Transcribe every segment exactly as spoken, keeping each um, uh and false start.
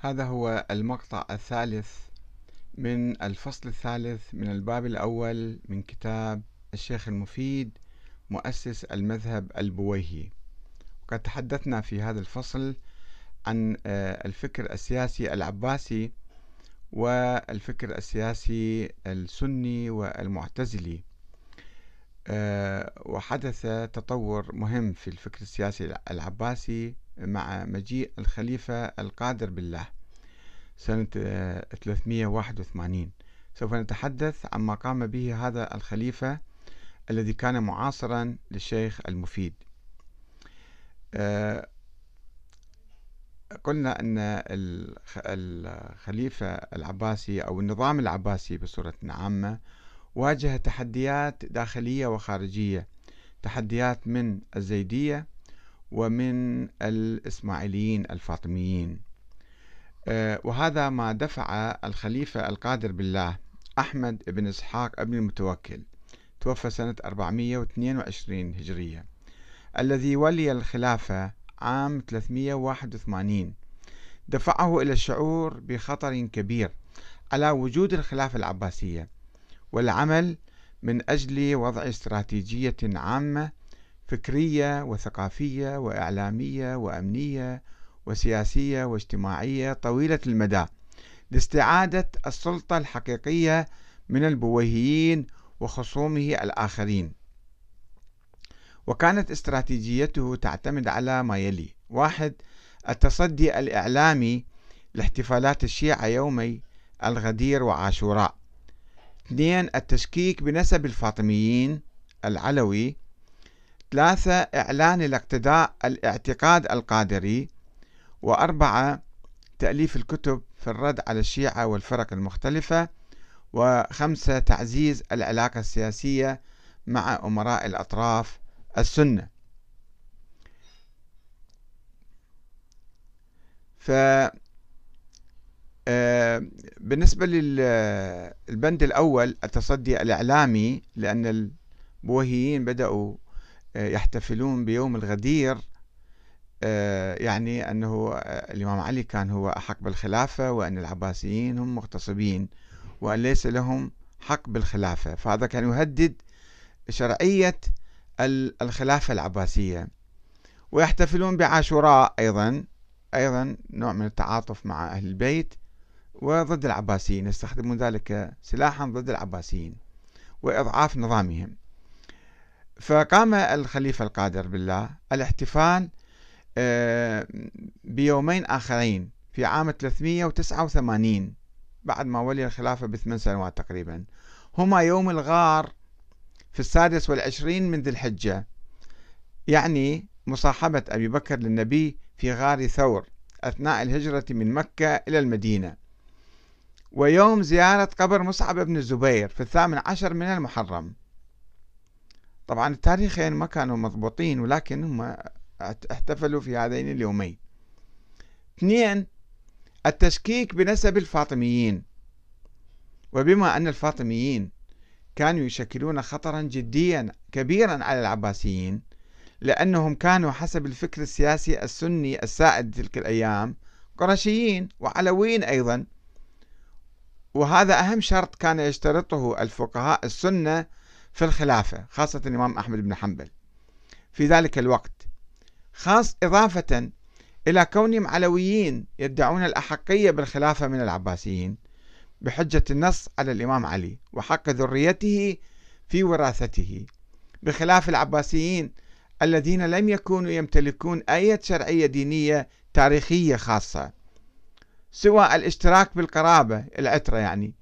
هذا هو المقطع الثالث من الفصل الثالث من الباب الأول من كتاب الشيخ المفيد مؤسس المذهب البويهي. وقد تحدثنا في هذا الفصل عن الفكر السياسي العباسي والفكر السياسي السني والمعتزلي، وحدث تطور مهم في الفكر السياسي العباسي مع مجيء الخليفة القادر بالله سنة ثلاثمئة وواحد وثمانين. سوف نتحدث عما قام به هذا الخليفة الذي كان معاصرا للشيخ المفيد. قلنا أن الخليفة العباسي أو النظام العباسي بصورة عامة واجه تحديات داخلية وخارجية، تحديات من الزيدية ومن الإسماعيليين الفاطميين، وهذا ما دفع الخليفة القادر بالله أحمد بن إسحاق ابن المتوكل، توفى سنة أربعمئة واثنين وعشرين هجرية، الذي ولي الخلافة عام ثلاثمئة وواحد وثمانين، دفعه إلى الشعور بخطر كبير على وجود الخلافة العباسية والعمل من أجل وضع استراتيجية عامة فكرية وثقافية وإعلامية وأمنية وسياسية واجتماعية طويلة المدى لاستعادة السلطة الحقيقية من البويهيين وخصومه الآخرين. وكانت استراتيجيته تعتمد على ما يلي: واحد، التصدي الإعلامي لاحتفالات الشيعة يومي الغدير وعاشوراء. اثنين، التشكيك بنسب الفاطميين العلوي. ثلاثة، إعلان الاقتداء الاعتقاد القادري. وأربعة، تأليف الكتب في الرد على الشيعة والفرق المختلفة. وخمسة، تعزيز العلاقة السياسية مع أمراء الأطراف السنة. ف بالنسبة للبند الأول التصدي الإعلامي، لأن البويهيين بدأوا يحتفلون بيوم الغدير، يعني أنه الإمام علي كان هو أحق بالخلافة وأن العباسيين هم مغتصبين وأن ليس لهم حق بالخلافة، فهذا كان يهدد شرعية الخلافة العباسية. ويحتفلون بعاشوراء أيضا أيضا نوع من التعاطف مع أهل البيت وضد العباسيين، يستخدمون ذلك سلاحا ضد العباسيين وإضعاف نظامهم. فقام الخليفة القادر بالله الاحتفال بيومين آخرين في عام ثلاثمئة وتسعة وثمانين بعد ما ولي الخلافة بثمان سنوات تقريبا، هما يوم الغار في السادس والعشرين من ذي الحجة، يعني مصاحبة أبي بكر للنبي في غار ثور أثناء الهجرة من مكة إلى المدينة، ويوم زيارة قبر مصعب بن الزبير في الثامن عشر من المحرم. طبعا التاريخين ما كانوا مضبوطين، ولكن هم احتفلوا في هذين اليومين. اثنين، التشكيك بنسب الفاطميين، وبما أن الفاطميين كانوا يشكلون خطرا جديا كبيرا على العباسيين، لأنهم كانوا حسب الفكر السياسي السني السائد تلك الأيام قرشيين وعلويين أيضا، وهذا أهم شرط كان يشترطه الفقهاء السنة في الخلافة، خاصة الإمام أحمد بن حنبل في ذلك الوقت، خاص إضافة إلى كونهم علويين يدعون الأحقية بالخلافة من العباسيين بحجة النص على الإمام علي وحق ذريته في وراثته، بخلاف العباسيين الذين لم يكونوا يمتلكون أي شرعية دينية تاريخية خاصة سوى الاشتراك بالقرابة العترة يعني.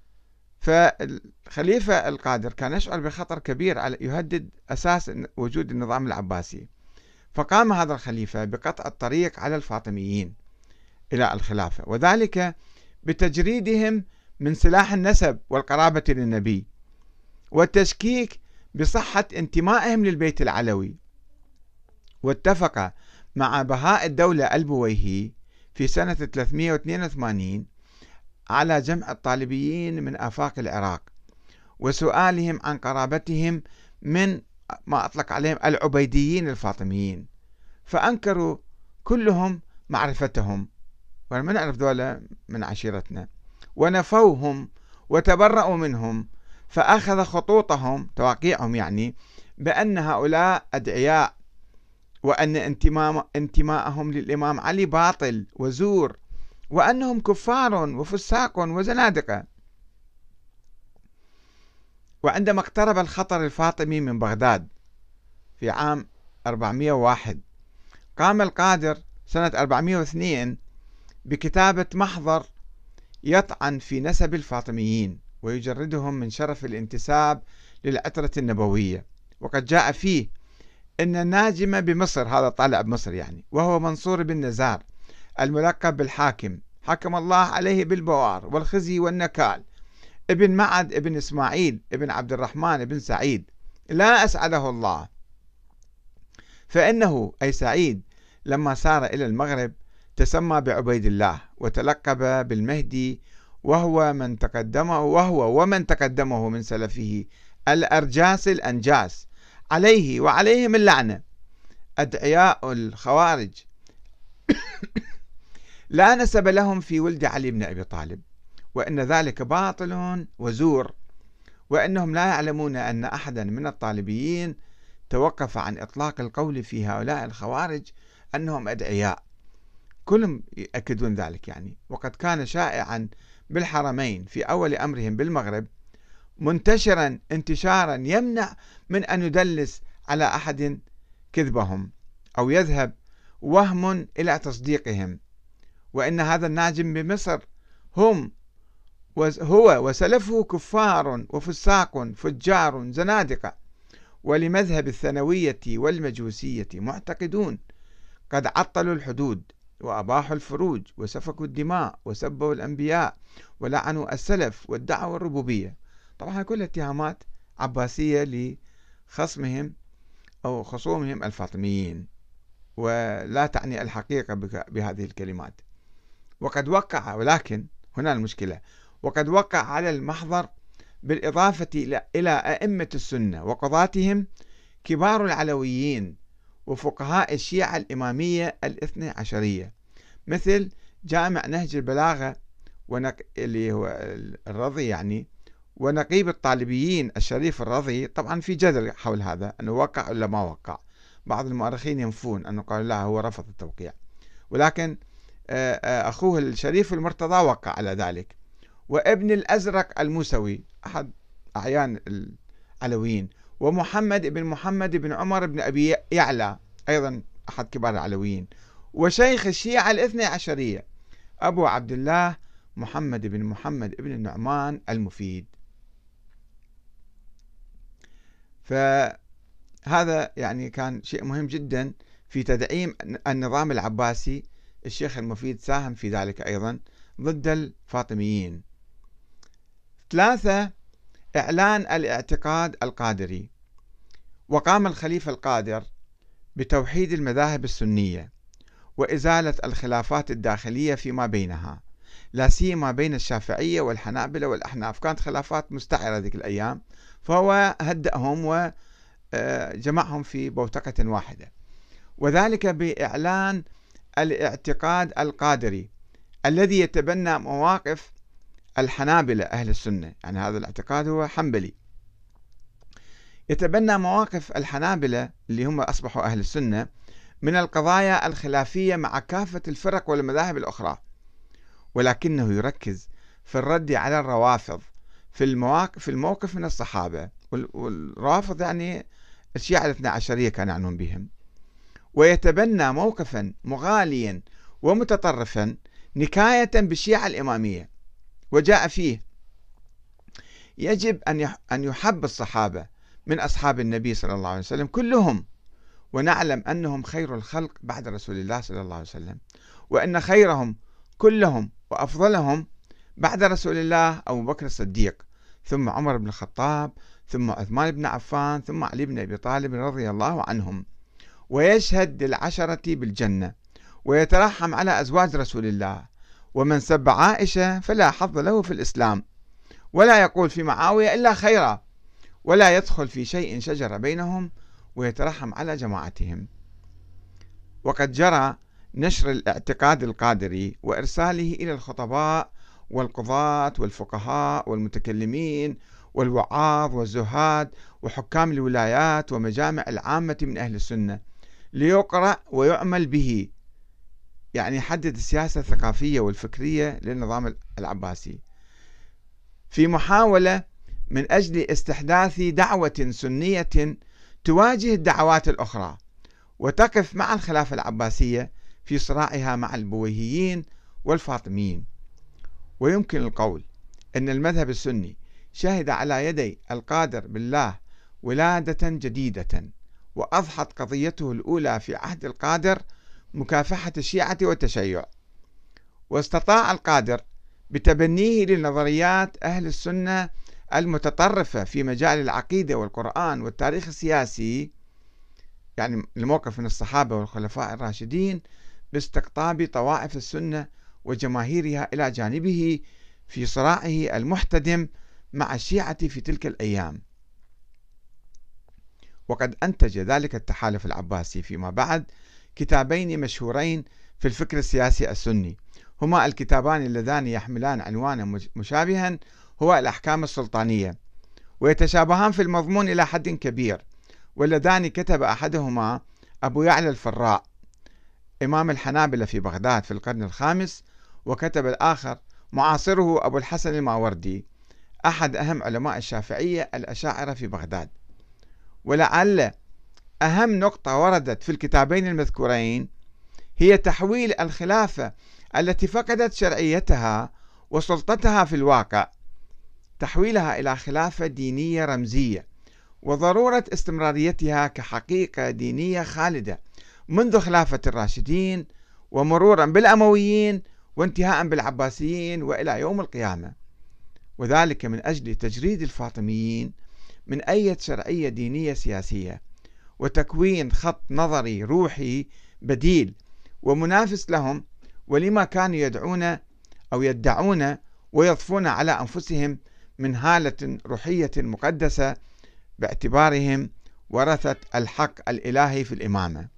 فالخليفة القادر كان يشعر بخطر كبير على يهدد أساس وجود النظام العباسي، فقام هذا الخليفة بقطع الطريق على الفاطميين إلى الخلافة، وذلك بتجريدهم من سلاح النسب والقرابة للنبي والتشكيك بصحة انتمائهم للبيت العلوي. واتفق مع بهاء الدولة البويهي في سنة ثلاثمئة واثنين وثمانين على جمع الطالبيين من آفاق العراق وسؤالهم عن قرابتهم من ما أطلق عليهم العبيديين الفاطميين، فأنكروا كلهم معرفتهم وما نعرف ذولا من عشيرتنا. ونفوهم وتبرأوا منهم، فأخذ خطوطهم تواقيعهم يعني بأن هؤلاء أدعياء، وأن انتماءهم للإمام علي باطل وزور، وأنهم كفار وفساق وزنادقة. وعندما اقترب الخطر الفاطمي من بغداد في عام أربعمئة وواحد، قام القادر سنة أربعمئة واثنين بكتابة محضر يطعن في نسب الفاطميين ويجردهم من شرف الانتساب للعترة النبوية. وقد جاء فيه إن الناجم بمصر، هذا طالع بمصر يعني، وهو منصور بن نزار الملقب بالحاكم، حكم الله عليه بالبوار والخزي والنكال، ابن معد ابن إسماعيل ابن عبد الرحمن ابن سعيد، لا أسعده الله، فإنه أي سعيد لما سار إلى المغرب تسمى بعبيد الله وتلقب بالمهدي، وهو من تقدمه وهو ومن تقدمه من سلفه الأرجاس الأنجاس، عليه وعليهم اللعنة، أدعياء الخوارج لا نسب لهم في ولد علي بن أبي طالب، وإن ذلك باطل وزور، وإنهم لا يعلمون أن أحدا من الطالبيين توقف عن إطلاق القول في هؤلاء الخوارج أنهم أدعياء، كلهم يأكدون ذلك يعني. وقد كان شائعا بالحرمين في أول أمرهم بالمغرب، منتشرا انتشارا يمنع من أن يدلس على أحد كذبهم أو يذهب وهم إلى تصديقهم، وإن هذا الناجم بمصر هم هو وسلفه كفار وفساق فجار زنادقة، ولمذهب الثانوية والمجوسية معتقدون، قد عطلوا الحدود وأباحوا الفروج وسفكوا الدماء وسبوا الأنبياء ولعنوا السلف وادعوا الربوبية. طبعا كل اتهامات عباسية لخصمهم أو خصومهم الفاطميين، ولا تعني الحقيقة بهذه الكلمات. وقد وقع، ولكن هنا المشكلة، وقد وقع على المحضر بالإضافة إلى أئمة السنة وقضاتهم كبار العلويين وفقهاء الشيعة الإمامية الاثنى عشرية، مثل جامع نهج البلاغة ونق... اللي هو الرضي يعني، ونقيب الطالبيين الشريف الرضي. طبعا في جدل حول هذا أنه وقع ولا ما وقع، بعض المؤرخين ينفون أنه قالوا لا هو رفض التوقيع، ولكن أخوه الشريف المرتضى وقع على ذلك. وابن الأزرق الموسوي أحد أعيان العلويين، ومحمد بن محمد بن عمر بن أبي يعلى أيضا أحد كبار العلويين، وشيخ الشيعة الاثنى عشرية أبو عبد الله محمد بن محمد بن النعمان المفيد. فهذا يعني كان شيء مهم جدا في تدعيم النظام العباسي. الشيخ المفيد ساهم في ذلك أيضا ضد الفاطميين. ثلاثة، إعلان الاعتقاد القادري. وقام الخليفة القادر بتوحيد المذاهب السنية وإزالة الخلافات الداخلية فيما بينها، لا سيما بين الشافعية والحنابلة والأحناف، كانت خلافات مستعرة ذيك الأيام، فهو هدأهم وجمعهم في بوتقة واحدة، وذلك بإعلان الاعتقاد القادري الذي يتبنى مواقف الحنابلة أهل السنة، يعني هذا الاعتقاد هو حنبلي، يتبنى مواقف الحنابلة اللي هم أصبحوا أهل السنة من القضايا الخلافية مع كافة الفرق والمذاهب الأخرى، ولكنه يركز في الرد على الروافض في المواقف في الموقف من الصحابة، والروافض يعني الشيعة الاثنى عشرية كان يعنون بهم، ويتبنى موقفا مغاليا ومتطرفا نكاية بالشيعة الإمامية. وجاء فيه: يجب أن يحب الصحابة من أصحاب النبي صلى الله عليه وسلم كلهم، ونعلم أنهم خير الخلق بعد رسول الله صلى الله عليه وسلم، وأن خيرهم كلهم وأفضلهم بعد رسول الله أبو بكر الصديق، ثم عمر بن الخطاب، ثم عثمان بن عفان، ثم علي بن أبي طالب رضي الله عنهم، ويشهد للعشرة بالجنة، ويترحم على أزواج رسول الله، ومن سب عائشة فلا حظ له في الإسلام، ولا يقول في معاوية إلا خيرا، ولا يدخل في شيء شجر بينهم، ويترحم على جماعتهم. وقد جرى نشر الاعتقاد القادري وإرساله إلى الخطباء والقضاة والفقهاء والمتكلمين والوعاظ والزهاد وحكام الولايات ومجامع العامة من أهل السنة ليقرأ ويعمل به، يعني يحدد السياسة الثقافية والفكرية للنظام العباسي، في محاولة من أجل استحداث دعوة سنية تواجه الدعوات الأخرى وتقف مع الخلافة العباسية في صراعها مع البويهيين والفاطميين. ويمكن القول أن المذهب السني شهد على يدي القادر بالله ولادة جديدة، وأضحت قضيته الأولى في عهد القادر مكافحة الشيعة والتشيع، واستطاع القادر بتبنيه لنظريات أهل السنة المتطرفة في مجال العقيدة والقرآن والتاريخ السياسي، يعني الموقف من الصحابة والخلفاء الراشدين، باستقطاب طوائف السنة وجماهيرها إلى جانبه في صراعه المحتدم مع الشيعة في تلك الأيام. وقد أنتج ذلك التحالف العباسي فيما بعد كتابين مشهورين في الفكر السياسي السني، هما الكتابان اللذان يحملان عنوانا مشابها، هو الأحكام السلطانية، ويتشابهان في المضمون إلى حد كبير، واللذان كتب أحدهما أبو يعلى الفراء إمام الحنابلة في بغداد في القرن الخامس، وكتب الآخر معاصره أبو الحسن الماوردي أحد أهم علماء الشافعية الأشاعرة في بغداد. ولعل أهم نقطة وردت في الكتابين المذكورين هي تحويل الخلافة التي فقدت شرعيتها وسلطتها في الواقع، تحويلها إلى خلافة دينية رمزية، وضرورة استمراريتها كحقيقة دينية خالدة منذ خلافة الراشدين ومرورا بالأمويين وانتهاء بالعباسيين وإلى يوم القيامة، وذلك من أجل تجريد الفاطميين من أي شرعية دينية سياسية، وتكوين خط نظري روحي بديل ومنافس لهم ولما كانوا يدعون أو يدعون ويضفون على أنفسهم من هالة روحية مقدسة باعتبارهم ورثة الحق الإلهي في الإمامة.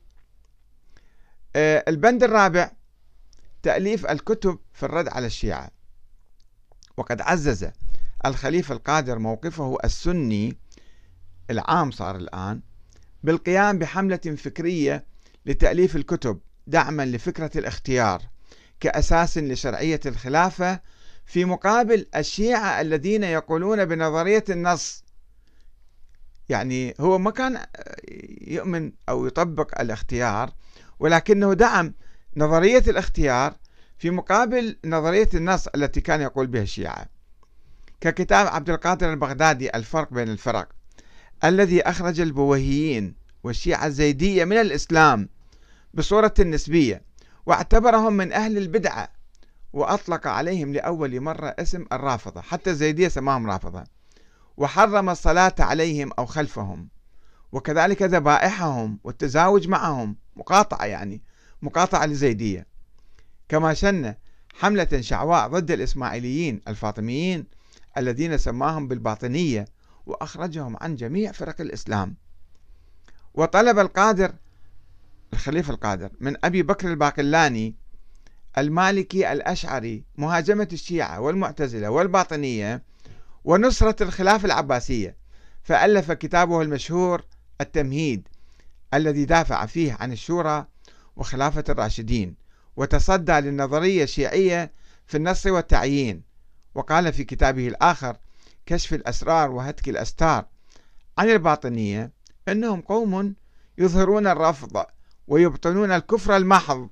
البند الرابع تأليف الكتب في الرد على الشيعة. وقد عزز الخليفة القادر موقفه السني العام صار الآن بالقيام بحملة فكرية لتأليف الكتب دعما لفكرة الاختيار كأساس لشرعية الخلافة، في مقابل الشيعة الذين يقولون بنظرية النص، يعني هو ما كان يؤمن أو يطبق الاختيار، ولكنه دعم نظرية الاختيار في مقابل نظرية النص التي كان يقول بها الشيعة، ككتاب عبد القادر البغدادي الفرق بين الفرق، الذي أخرج البويهيين والشيعة الزيدية من الإسلام بصورة نسبية، واعتبرهم من أهل البدعة، وأطلق عليهم لأول مرة اسم الرافضة، حتى الزيدية سماهم رافضة، وحرم الصلاة عليهم أو خلفهم، وكذلك ذبائحهم والتزاوج معهم، مقاطعة يعني مقاطعة للزيدية، كما شن حملة شعواء ضد الإسماعيليين الفاطميين الذين سماهم بالباطنية وأخرجهم عن جميع فرق الإسلام. وطلب القادر الخليفة القادر من أبي بكر الباقلاني المالكي الأشعري مهاجمة الشيعة والمعتزلة والباطنية ونصرة الخلافة العباسية، فألف كتابه المشهور التمهيد الذي دافع فيه عن الشورى وخلافة الراشدين، وتصدى للنظرية الشيعية في النص والتعيين. وقال في كتابه الآخر كشف الأسرار وهتك الأستار عن الباطنية أنهم قوم يظهرون الرفض ويبطنون الكفر المحض.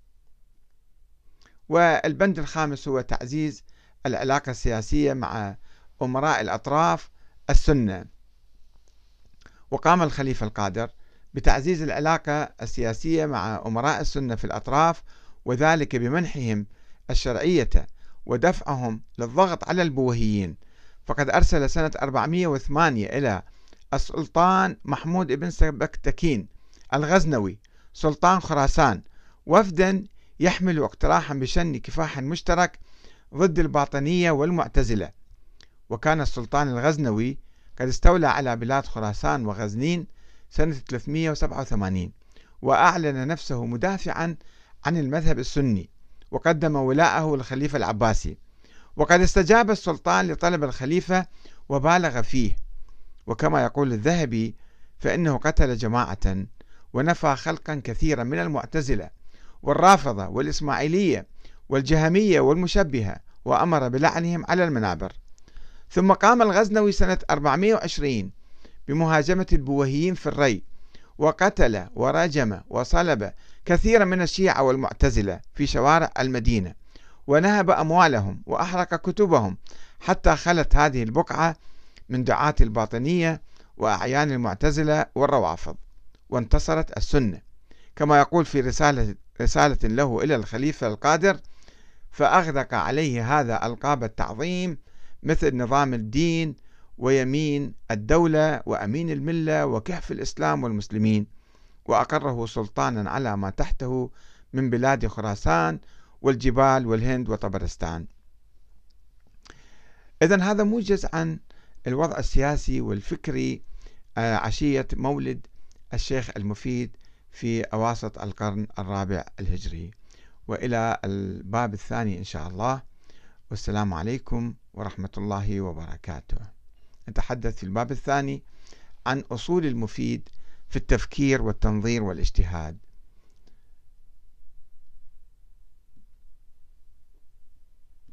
والبند الخامس هو تعزيز العلاقة السياسية مع أمراء الأطراف السنة. وقام الخليفة القادر بتعزيز العلاقة السياسية مع أمراء السنة في الأطراف، وذلك بمنحهم الشرعية ودفعهم للضغط على البويهيين، فقد أرسل سنة أربعمئة وثمانية إلى السلطان محمود بن سبكتكين الغزنوي سلطان خراسان وفدا يحمل اقتراحا بشن كفاح مشترك ضد الباطنية والمعتزلة. وكان السلطان الغزنوي قد استولى على بلاد خراسان وغزنين سنة ثلاثمئة وسبعة وثمانين، وأعلن نفسه مدافعا عن المذهب السني، وقدم ولاءه للخليفة العباسي، وقد استجاب السلطان لطلب الخليفة وبالغ فيه، وكما يقول الذهبي فإنه قتل جماعة ونفى خلقا كثيرا من المعتزلة والرافضة والإسماعيلية والجهمية والمشبهة، وأمر بلعنهم على المنابر. ثم قام الغزنوي سنة أربعمائة وعشرين بمهاجمة البويهيين في الري، وقتل ورجم وصلب كثيرا من الشيعة والمعتزلة في شوارع المدينة، ونهب أموالهم وأحرق كتبهم، حتى خلت هذه البقعة من دعاة الباطنية وأعيان المعتزلة والروافض، وانتصرت السنة، كما يقول في رسالة, رسالة له إلى الخليفة القادر: فأغدق عليه هذا ألقاب التعظيم مثل نظام الدين ويمين الدولة وأمين الملة وكهف الإسلام والمسلمين، وأقره سلطانا على ما تحته من بلاد خراسان والجبال والهند وطبرستان. إذن هذا موجز عن الوضع السياسي والفكري عشية مولد الشيخ المفيد في أواسط القرن الرابع الهجري. وإلى الباب الثاني إن شاء الله، والسلام عليكم ورحمة الله وبركاته. نتحدث في الباب الثاني عن أصول المفيد في التفكير والتنظير والاجتهاد.